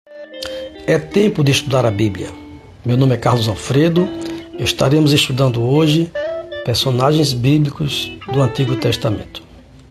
É tempo de estudar a Bíblia. Meu nome é Carlos Alfredo. Estaremos estudando hoje personagens bíblicos do Antigo Testamento.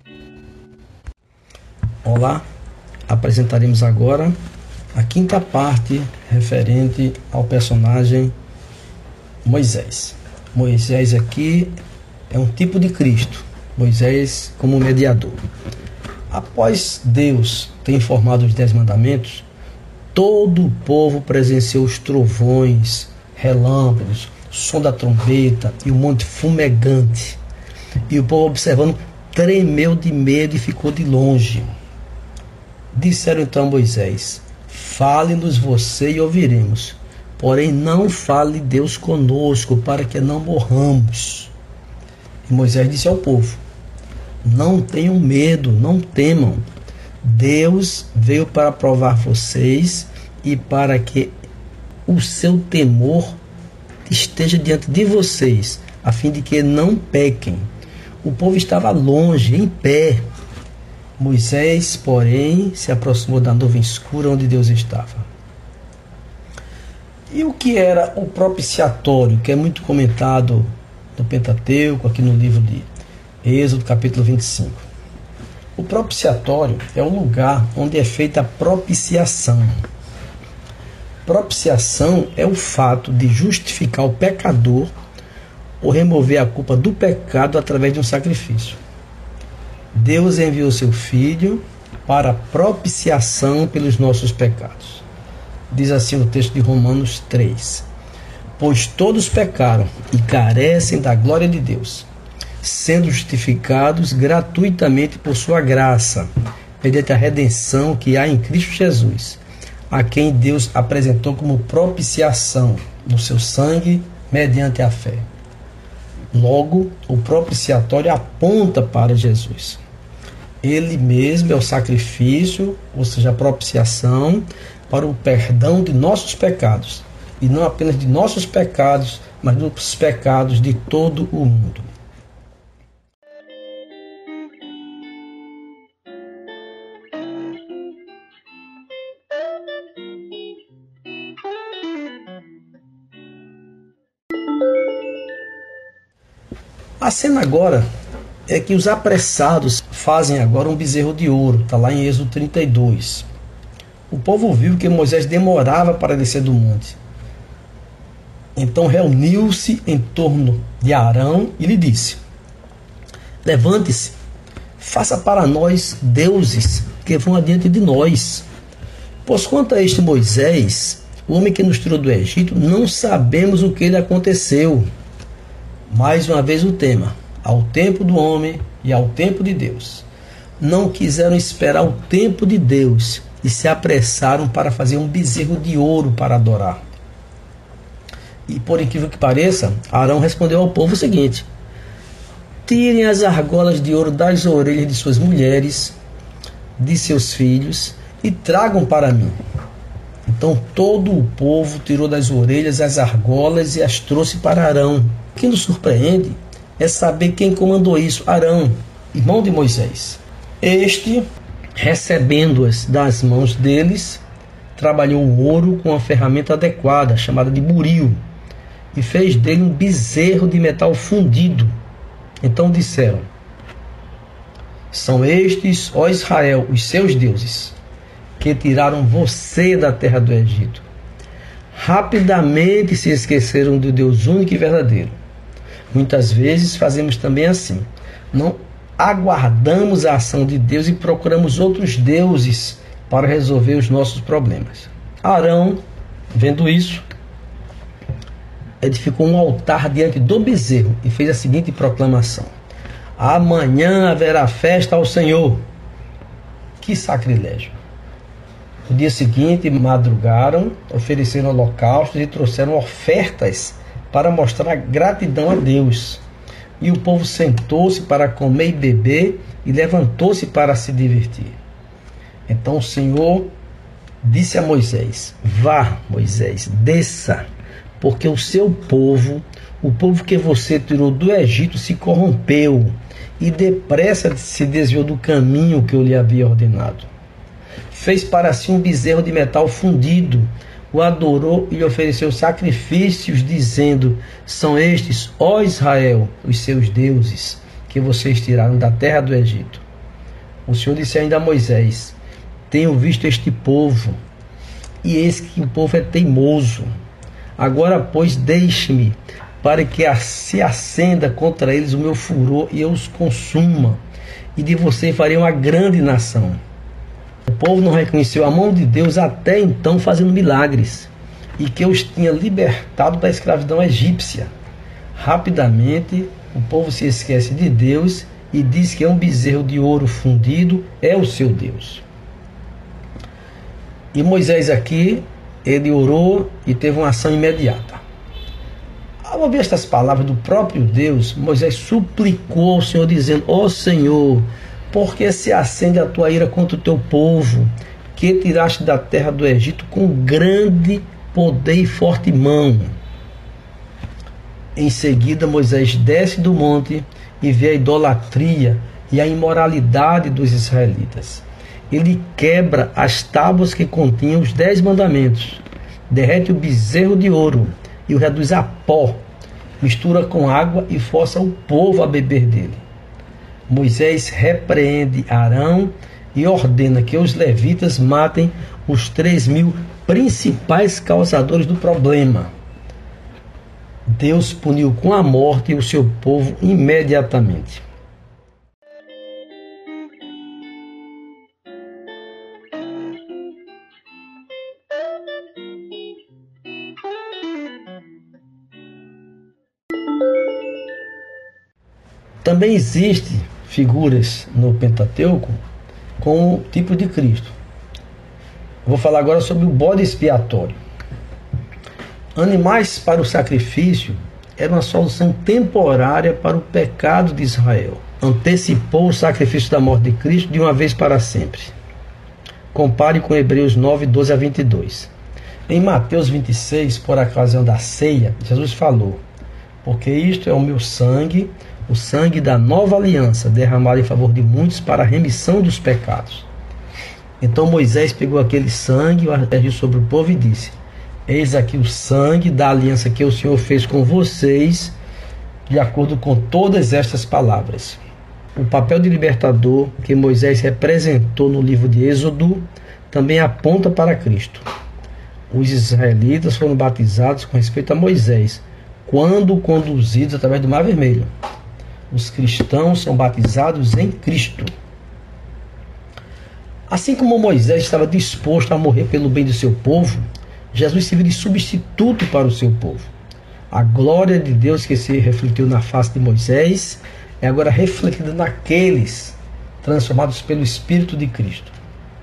Olá, apresentaremos agora a quinta parte referente ao personagem Moisés. Moisés aqui é um tipo de Cristo, Moisés como mediador. Após Deus ter informado os 10 mandamentos, todo o povo presenciou os trovões, relâmpagos, som da trombeta e o monte fumegante. E o povo, observando, tremeu de medo e ficou de longe. Disseram então a Moisés: fale-nos você e ouviremos, porém não fale Deus conosco, para que não morramos. E Moisés disse ao povo: não tenham medo, não temam. Deus veio para provar vocês e para que o seu temor esteja diante de vocês, a fim de que não pequem. O povo estava longe, em pé. Moisés, porém, se aproximou da nuvem escura onde Deus estava. E o que era o propiciatório, que é muito comentado no Pentateuco, aqui no livro de Êxodo, capítulo 25. O propiciatório é o lugar onde é feita a propiciação. Propiciação é o fato de justificar o pecador ou remover a culpa do pecado através de um sacrifício. Deus enviou seu Filho para a propiciação pelos nossos pecados. Diz assim o texto de Romanos 3. Pois todos pecaram e carecem da glória de Deus, sendo justificados gratuitamente por sua graça, mediante a redenção que há em Cristo Jesus, a quem Deus apresentou como propiciação no seu sangue, mediante a fé. Logo, o propiciatório aponta para Jesus. Ele mesmo é o sacrifício, ou seja, a propiciação, para o perdão de nossos pecados, e não apenas de nossos pecados, mas dos pecados de todo o mundo. A cena agora é que os apressados fazem agora um bezerro de ouro, está lá em Êxodo 32. O povo viu que Moisés demorava para descer do monte. Então reuniu-se em torno de Arão e lhe disse: levante-se, faça para nós deuses que vão adiante de nós. Pois quanto a este Moisés, o homem que nos tirou do Egito, não sabemos o que lhe aconteceu. Mais uma vez o tema: ao tempo do homem e ao tempo de Deus. Não quiseram esperar o tempo de Deus e se apressaram para fazer um bezerro de ouro para adorar. E por incrível que pareça, Arão respondeu ao povo o seguinte: tirem as argolas de ouro das orelhas de suas mulheres, de seus filhos, e tragam para mim. Então todo o povo tirou das orelhas as argolas e as trouxe para Arão. O que nos surpreende é saber quem comandou isso: Arão, irmão de Moisés. Este, recebendo-as das mãos deles, trabalhou o ouro com uma ferramenta adequada, chamada de buril, e fez dele um bezerro de metal fundido. Então disseram: são estes, ó Israel, os seus deuses, que tiraram você da terra do Egito. Rapidamente se esqueceram do Deus único e verdadeiro. Muitas vezes fazemos também assim. Não aguardamos a ação de Deus e procuramos outros deuses para resolver os nossos problemas. Arão, vendo isso, edificou um altar diante do bezerro e fez a seguinte proclamação: amanhã haverá festa ao Senhor. Que sacrilégio! No dia seguinte, madrugaram, ofereceram holocaustos e trouxeram ofertas para mostrar gratidão a Deus. E o povo sentou-se para comer e beber e levantou-se para se divertir. Então o Senhor disse a Moisés: vá, Moisés, desça, porque o seu povo, o povo que você tirou do Egito, se corrompeu e depressa se desviou do caminho que eu lhe havia ordenado. fez para si um bezerro de metal fundido, o adorou e lhe ofereceu sacrifícios, dizendo: são estes, ó Israel, os seus deuses, que vocês tiraram da terra do Egito. O Senhor disse ainda a Moisés: tenho visto este povo, e eis que o povo é teimoso. Agora, pois, deixe-me, para que se acenda contra eles o meu furor e eu os consuma, e de você farei uma grande nação. O povo não reconheceu a mão de Deus até então fazendo milagres, e que os tinha libertado da escravidão egípcia. Rapidamente, o povo se esquece de Deus e diz que é um bezerro de ouro fundido é o seu Deus. E Moisés aqui, ele orou e teve uma ação imediata. Ao ouvir estas palavras do próprio Deus, Moisés suplicou ao Senhor, dizendo: ó Senhor, por que se acende a tua ira contra o teu povo, que tiraste da terra do Egito com grande poder e forte mão? Em seguida, Moisés desce do monte e vê a idolatria e a imoralidade dos israelitas. Ele quebra as tábuas que continham os 10 mandamentos, derrete o bezerro de ouro e o reduz a pó, mistura com água e força o povo a beber dele. Moisés repreende Arão e ordena que os levitas matem os 3.000 principais causadores do problema. Deus puniu com a morte o seu povo imediatamente. Também existem figuras no Pentateuco com o tipo de Cristo. Vou falar agora sobre o bode expiatório. Animais para o sacrifício era uma solução temporária para o pecado de Israel. Antecipou o sacrifício da morte de Cristo de uma vez para sempre. Compare com Hebreus 9, 12 a 22. Em Mateus 26, por ocasião da ceia, Jesus falou: porque isto é o meu sangue, o sangue da nova aliança, derramado em favor de muitos para a remissão dos pecados. Então Moisés pegou aquele sangue, o aspergiu sobre o povo e disse: eis aqui o sangue da aliança que o Senhor fez com vocês, de acordo com todas estas palavras. O papel de libertador que Moisés representou no livro de Êxodo também aponta para Cristo. Os israelitas foram batizados com respeito a Moisés, quando conduzidos através do Mar Vermelho. Os cristãos são batizados em Cristo. Assim como Moisés estava disposto a morrer pelo bem do seu povo, Jesus serviu de substituto para o seu povo. A glória de Deus que se refletiu na face de Moisés é agora refletida naqueles transformados pelo Espírito de Cristo.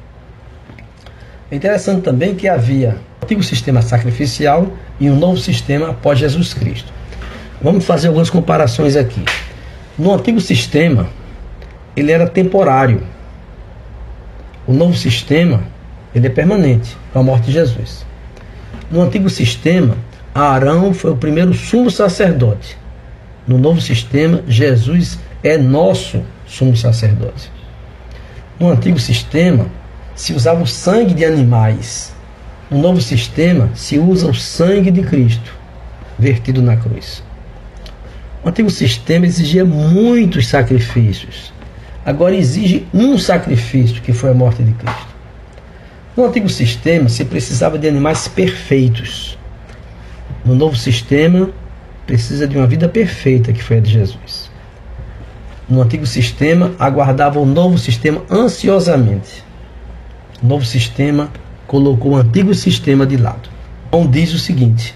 É interessante também que havia um antigo sistema sacrificial e um novo sistema após Jesus Cristo. Vamos fazer algumas comparações aqui. No antigo sistema, ele era temporário. O novo sistema, ele é permanente, com a morte de Jesus. No antigo sistema, Arão foi o primeiro sumo sacerdote. No novo sistema, Jesus é nosso sumo sacerdote. No antigo sistema, se usava o sangue de animais. No novo sistema, se usa o sangue de Cristo, vertido na cruz. O antigo sistema exigia muitos sacrifícios. Agora exige um sacrifício, que foi a morte de Cristo. No antigo sistema, se precisava de animais perfeitos. No novo sistema, precisa de uma vida perfeita, que foi a de Jesus. No antigo sistema, aguardava o novo sistema ansiosamente. O novo sistema colocou o antigo sistema de lado. Então diz o seguinte: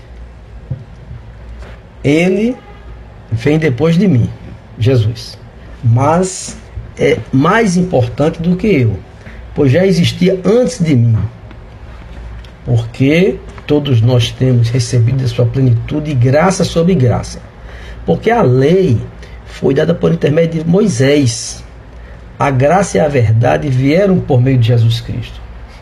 ele vem depois de mim, Jesus, mas é mais importante do que eu, pois já existia antes de mim, porque todos nós temos recebido a sua plenitude e graça sobre graça, porque a lei foi dada por intermédio de Moisés, a graça e a verdade vieram por meio de Jesus Cristo.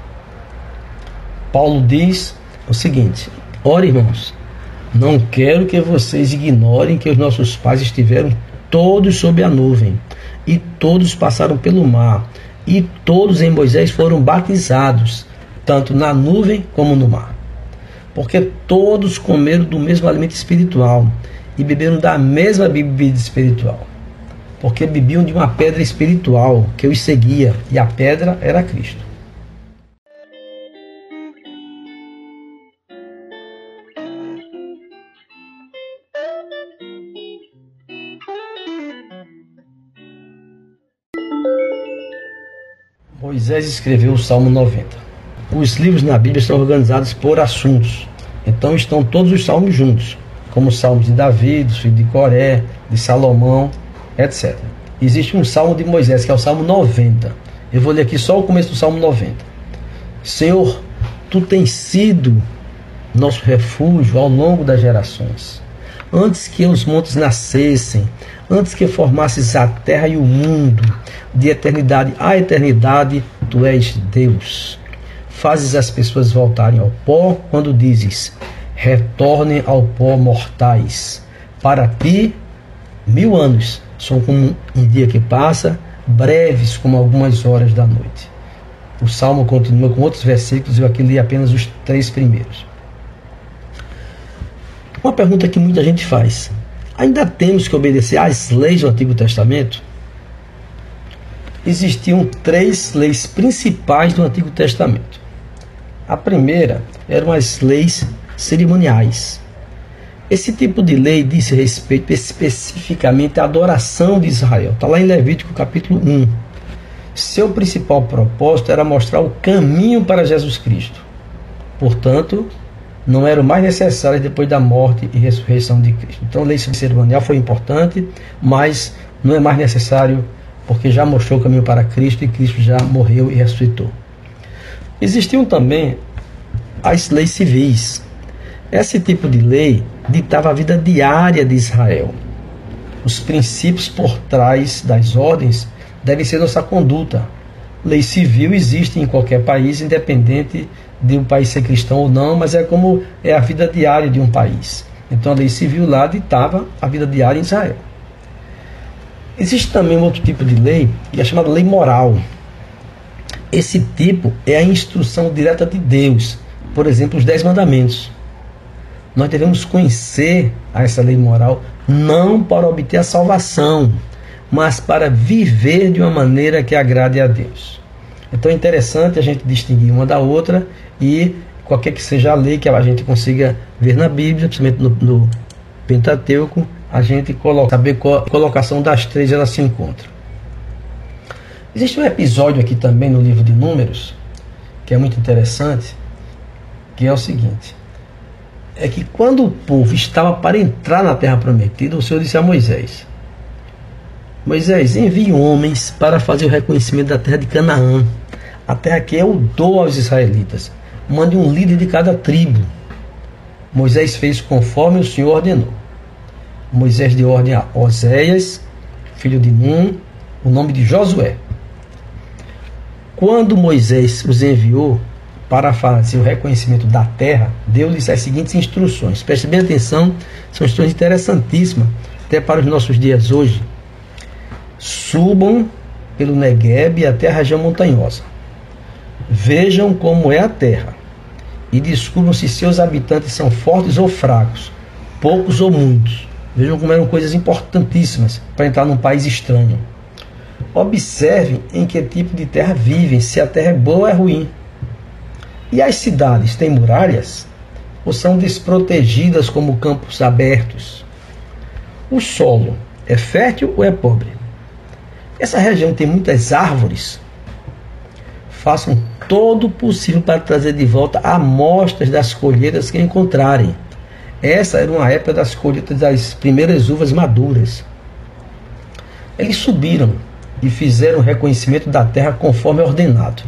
Paulo diz o seguinte: ora, irmãos, não quero que vocês ignorem que os nossos pais estiveram todos sob a nuvem, e todos passaram pelo mar, e todos em Moisés foram batizados, tanto na nuvem como no mar. Porque todos comeram do mesmo alimento espiritual e beberam da mesma bebida espiritual. Porque bebiam de uma pedra espiritual que os seguia, e a pedra era Cristo. Moisés escreveu o Salmo 90. Os livros na Bíblia são organizados por assuntos. Então estão todos os salmos juntos, como os salmos de Davi, dos filhos de Coré, de Salomão, etc. Existe um salmo de Moisés, que é o Salmo 90. Eu vou ler aqui só o começo do Salmo 90. Senhor, tu tens sido nosso refúgio ao longo das gerações. Antes que os montes nascessem, antes que formasses a terra e o mundo, de eternidade a eternidade, tu és Deus. Fazes as pessoas voltarem ao pó quando dizes, retornem ao pó mortais. Para ti, 1000 anos são como um dia que passa, breves como algumas horas da noite. O Salmo continua com outros versículos, eu aqui li apenas os 3 primeiros. Uma pergunta que muita gente faz: ainda temos que obedecer às leis do Antigo Testamento? Existiam 3 leis principais do Antigo Testamento. A primeira eram as leis cerimoniais. Esse tipo de lei diz respeito especificamente à adoração de Israel. Está lá em Levítico capítulo 1. Seu principal propósito era mostrar o caminho para Jesus Cristo. Portanto, não eram mais necessárias depois da morte e ressurreição de Cristo. Então a lei cerimonial foi importante, mas não é mais necessário porque já mostrou o caminho para Cristo e Cristo já morreu e ressuscitou. Existiam também as leis civis. Esse tipo de lei ditava a vida diária de Israel. Os princípios por trás das ordens devem ser nossa conduta. Lei civil existe em qualquer país, independente de um país ser cristão ou não, mas é como é a vida diária de um país. Então a lei civil lá ditava a vida diária em Israel. Existe também um outro tipo de lei, que é chamada lei moral. Esse tipo é a instrução direta de Deus. Por exemplo, os 10 mandamentos. Nós devemos conhecer essa lei moral não para obter a salvação, mas para viver de uma maneira que agrade a Deus. Então é interessante a gente distinguir uma da outra e qualquer que seja a lei que a gente consiga ver na Bíblia, principalmente no Pentateuco, a gente saber qual a colocação das 3 elas se encontram. Existe um episódio aqui também no livro de Números, que é muito interessante, que é o seguinte: é que quando o povo estava para entrar na terra prometida, o Senhor disse a Moisés: Moisés, envie homens para fazer o reconhecimento da terra de Canaã, a terra que eu dou aos israelitas. Mande um líder de cada tribo. Moisés fez conforme o Senhor ordenou. Moisés deu ordem a Oséias, filho de Num, o nome de Josué. Quando Moisés os enviou para fazer o reconhecimento da terra, deu-lhes as seguintes instruções. Preste bem atenção, são instruções interessantíssimas, até para os nossos dias hoje. Subam pelo Neguebe até a região montanhosa. Vejam como é a terra e descubram se seus habitantes são fortes ou fracos, poucos ou muitos. Vejam como eram coisas importantíssimas para entrar num país estranho. Observem em que tipo de terra vivem, se a terra é boa ou é ruim. E as cidades têm muralhas ou são desprotegidas como campos abertos? O solo é fértil ou é pobre? Essa região tem muitas árvores? Façam todo o possível para trazer de volta amostras das colheitas que encontrarem. Essa era uma época das colheitas das primeiras uvas maduras. Eles subiram e fizeram o reconhecimento da terra conforme ordenado.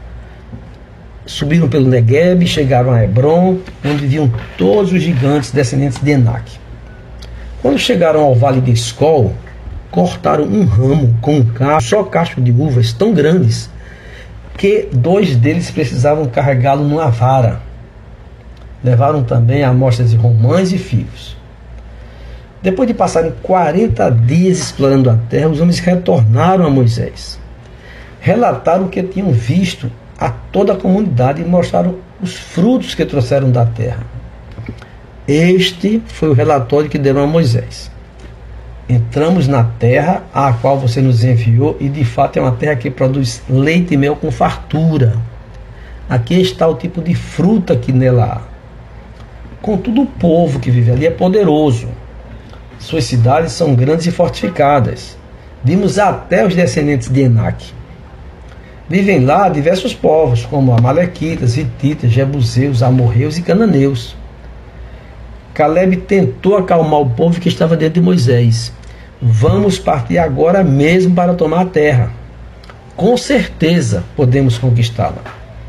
Subiram pelo Neguebe, chegaram a Hebron, onde viviam todos os gigantes descendentes de Enaque. Quando chegaram ao vale de Escol, cortaram um ramo com só cacho de uvas tão grandes que 2 deles precisavam carregá-lo numa vara. Levaram também amostras de romãs e figos. Depois de passarem 40 dias explorando a terra, os homens retornaram a Moisés. relataram o que tinham visto a toda a comunidade e mostraram os frutos que trouxeram da terra. Este foi o relatório que deram a Moisés. Entramos na terra a qual você nos enviou, e de fato é uma terra que produz leite e mel com fartura. Aqui está o tipo de fruta que nela há. Contudo, o povo que vive ali é poderoso. Suas cidades são grandes e fortificadas. Vimos até os descendentes de Enaque. Vivem lá diversos povos, como amalequitas, hititas, jebuseus, amorreus e cananeus. Caleb tentou acalmar o povo que estava dentro de Moisés. Vamos partir agora mesmo para tomar a terra. Com certeza podemos conquistá-la.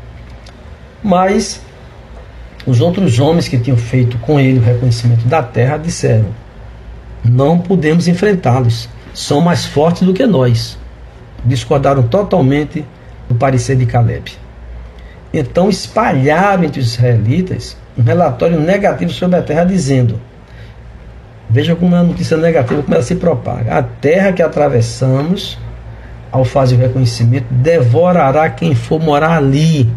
Mas os outros homens que tinham feito com ele o reconhecimento da terra disseram: não podemos enfrentá-los, são mais fortes do que nós. Discordaram totalmente do parecer de Caleb. Então espalharam entre os israelitas um relatório negativo sobre a terra, dizendo: veja como a notícia negativa, como ela se propaga. A terra que atravessamos, ao fazer o reconhecimento, devorará quem for morar ali.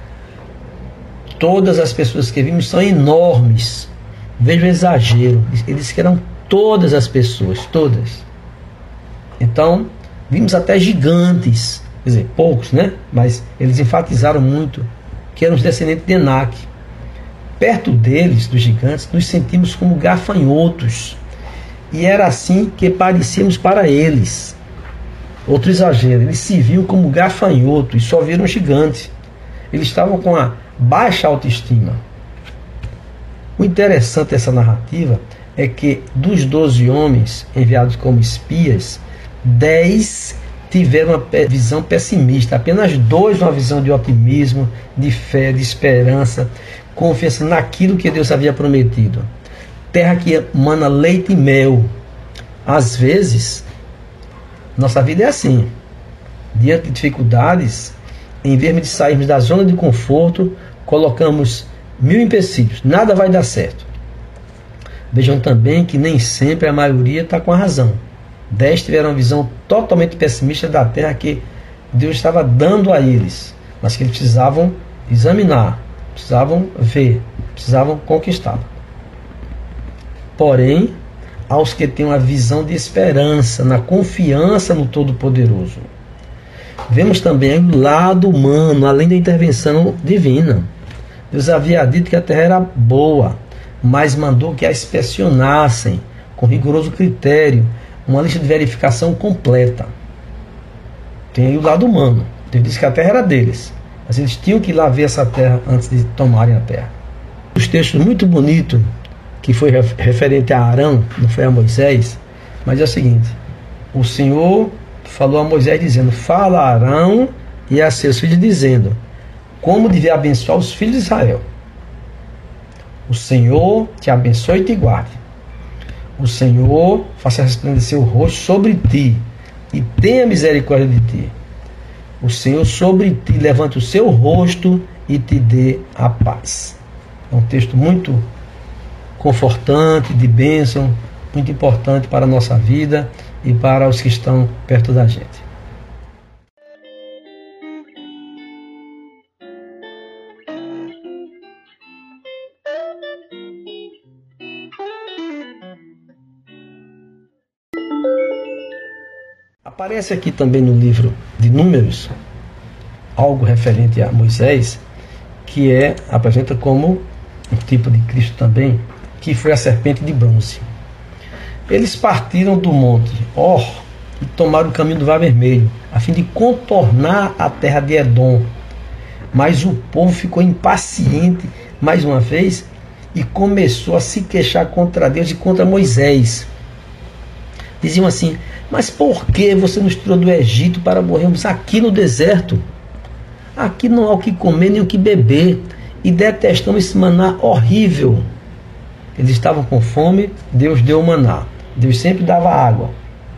Todas as pessoas que vimos são enormes. Veja o exagero. Eles que eram todas as pessoas, todas. Então, vimos até gigantes. Quer dizer, poucos, né? Mas eles enfatizaram muito que eram os descendentes de Enaque. Perto deles, dos gigantes, nos sentimos como gafanhotos. E era assim que parecíamos para eles. Outro exagero, eles se viam como gafanhotos e só viram gigantes. Eles estavam com a baixa autoestima. O interessante dessa narrativa é que dos 12 homens enviados como espias, 10 tiveram uma visão pessimista, apenas 2 uma visão de otimismo, de fé, de esperança, confiança naquilo que Deus havia prometido. Terra que emana leite e mel. Às vezes, nossa vida é assim. Diante de dificuldades, em vez de sairmos da zona de conforto, colocamos 1000 empecilhos. Nada vai dar certo. Vejam também que nem sempre a maioria está com a razão. 10 tiveram uma visão totalmente pessimista da terra que Deus estava dando a eles, mas que eles precisavam examinar, precisavam ver, precisavam conquistá-la. Porém, aos que têm uma visão de esperança, na confiança no Todo-Poderoso, vemos também o lado humano, além da intervenção divina. Deus havia dito que a terra era boa, mas mandou que a inspecionassem com rigoroso critério, uma lista de verificação completa. Tem aí o lado humano. Deus disse que a terra era deles, mas eles tinham que ir lá ver essa terra antes de tomarem a terra. Os textos muito bonitos que foi referente a Arão, não foi a Moisés, mas é o seguinte: o Senhor falou a Moisés dizendo: fala a Arão e a seus filhos, dizendo como devia abençoar os filhos de Israel. O Senhor te abençoe e te guarde. O Senhor faça resplandecer o rosto sobre ti e tenha misericórdia de ti. O Senhor sobre ti levante o seu rosto e te dê a paz. É um texto muito confortante, de bênção, muito importante para a nossa vida e para os que estão perto da gente. Aparece aqui também no livro de Números algo referente a Moisés, que apresenta como um tipo de Cristo também, que foi a serpente de bronze. Eles partiram do monte Or e tomaram o caminho do Mar Vermelho, a fim de contornar a terra de Edom. Mas o povo ficou impaciente mais uma vez e começou a se queixar contra Deus e contra Moisés. Diziam assim: mas por que você nos tirou do Egito para morrermos aqui no deserto? Aqui não há o que comer nem o que beber, e detestamos esse maná horrível. Eles estavam com fome, Deus deu o maná. Deus sempre dava água.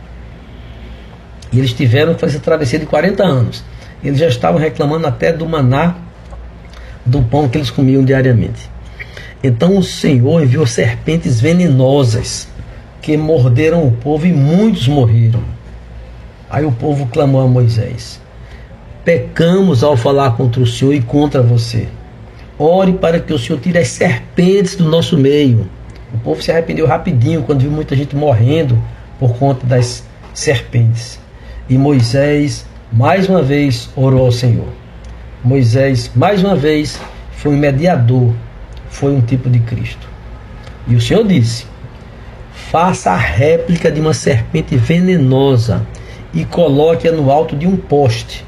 E eles tiveram que fazer essa travessia de 40 anos. Eles já estavam reclamando até do maná, do pão que eles comiam diariamente. Então o Senhor enviou serpentes venenosas que morderam o povo e muitos morreram. Aí o povo clamou a Moisés: pecamos ao falar contra o Senhor e contra você. Ore para que o Senhor tire as serpentes do nosso meio. O povo se arrependeu rapidinho quando viu muita gente morrendo por conta das serpentes. E Moisés, mais uma vez, orou ao Senhor. Moisés, mais uma vez, foi um mediador, foi um tipo de Cristo. E o Senhor disse: faça a réplica de uma serpente venenosa e coloque-a no alto de um poste.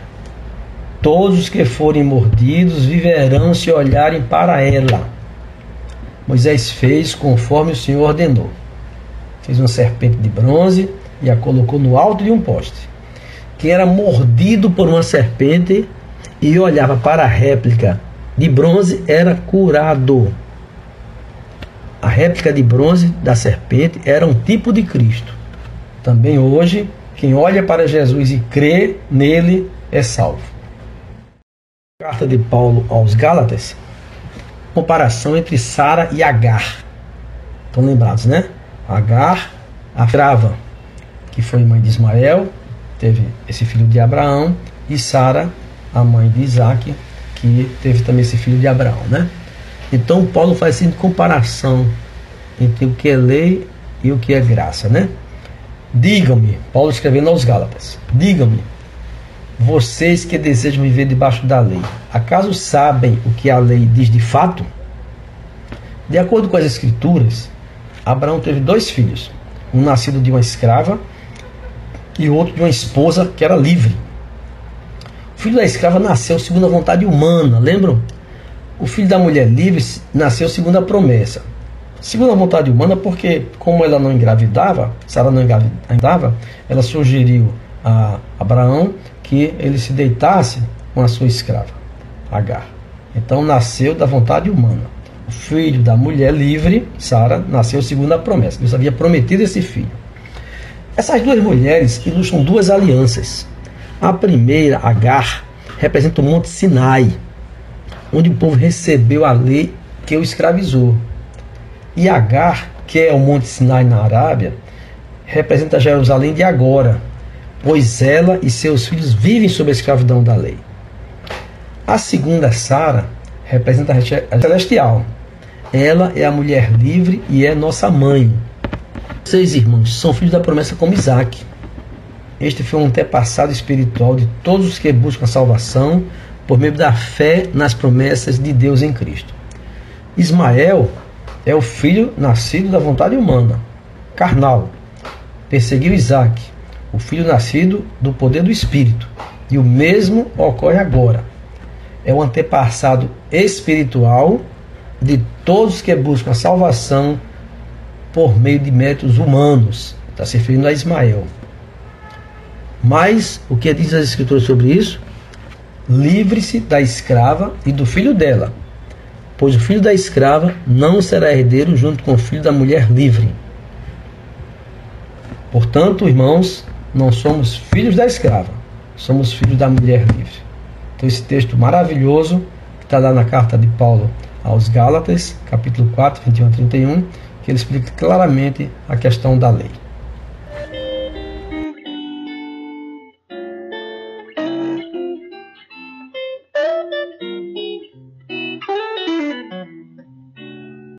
Todos os que forem mordidos viverão se olharem para ela. Moisés fez conforme o Senhor ordenou. Fez uma serpente de bronze e a colocou no alto de um poste. Quem era mordido por uma serpente e olhava para a réplica de bronze era curado. A réplica de bronze da serpente era um tipo de Cristo. Também hoje, quem olha para Jesus e crê nele é salvo. Carta de Paulo aos Gálatas, comparação entre Sara e Agar. Estão lembrados, né? Agar, a escrava, que foi mãe de Ismael, teve esse filho de Abraão, e Sara, a mãe de Isaac, que teve também esse filho de Abraão, né? Então Paulo faz assim comparação entre o que é lei e o que é graça, né? Digam-me, Paulo escrevendo aos Gálatas, digam-me, vocês que desejam viver debaixo da lei, acaso sabem o que a lei diz de fato? De acordo com as Escrituras, Abraão teve 2 filhos, um nascido de uma escrava e outro de uma esposa que era livre. O filho da escrava nasceu segundo a vontade humana, lembram? O filho da mulher livre nasceu segundo a promessa. Segundo a vontade humana, porque como ela não engravidava, Sara não engravidava, ela sugeriu a Abraão que ele se deitasse com a sua escrava, Agar. Então nasceu da vontade humana. O filho da mulher livre, Sara, nasceu segundo a promessa. Deus havia prometido esse filho. Essas 2 mulheres ilustram 2 alianças. A primeira, Agar, representa o Monte Sinai, onde o povo recebeu a lei que o escravizou. E Agar, que é o Monte Sinai na Arábia, representa Jerusalém de agora, pois ela e seus filhos vivem sob a escravidão da lei. A segunda, Sara, representa a celestial. Ela é a mulher livre e é nossa mãe. Vocês, irmãos, são filhos da promessa como Isaac. Este foi um antepassado espiritual de todos os que buscam a salvação por meio da fé nas promessas de Deus em Cristo. Ismael é o filho nascido da vontade humana, carnal. Perseguiu Isaac, o filho nascido do poder do Espírito. E o mesmo ocorre agora. É o antepassado espiritual de todos que buscam a salvação por meio de métodos humanos. Está se referindo a Ismael. Mas o que diz as Escrituras sobre isso? Livre-se da escrava e do filho dela, pois o filho da escrava não será herdeiro junto com o filho da mulher livre. Portanto, irmãos, não somos filhos da escrava, somos filhos da mulher livre. Então esse texto maravilhoso, que está lá na carta de Paulo aos Gálatas, capítulo 4, 21 a 31, que ele explica claramente a questão da lei.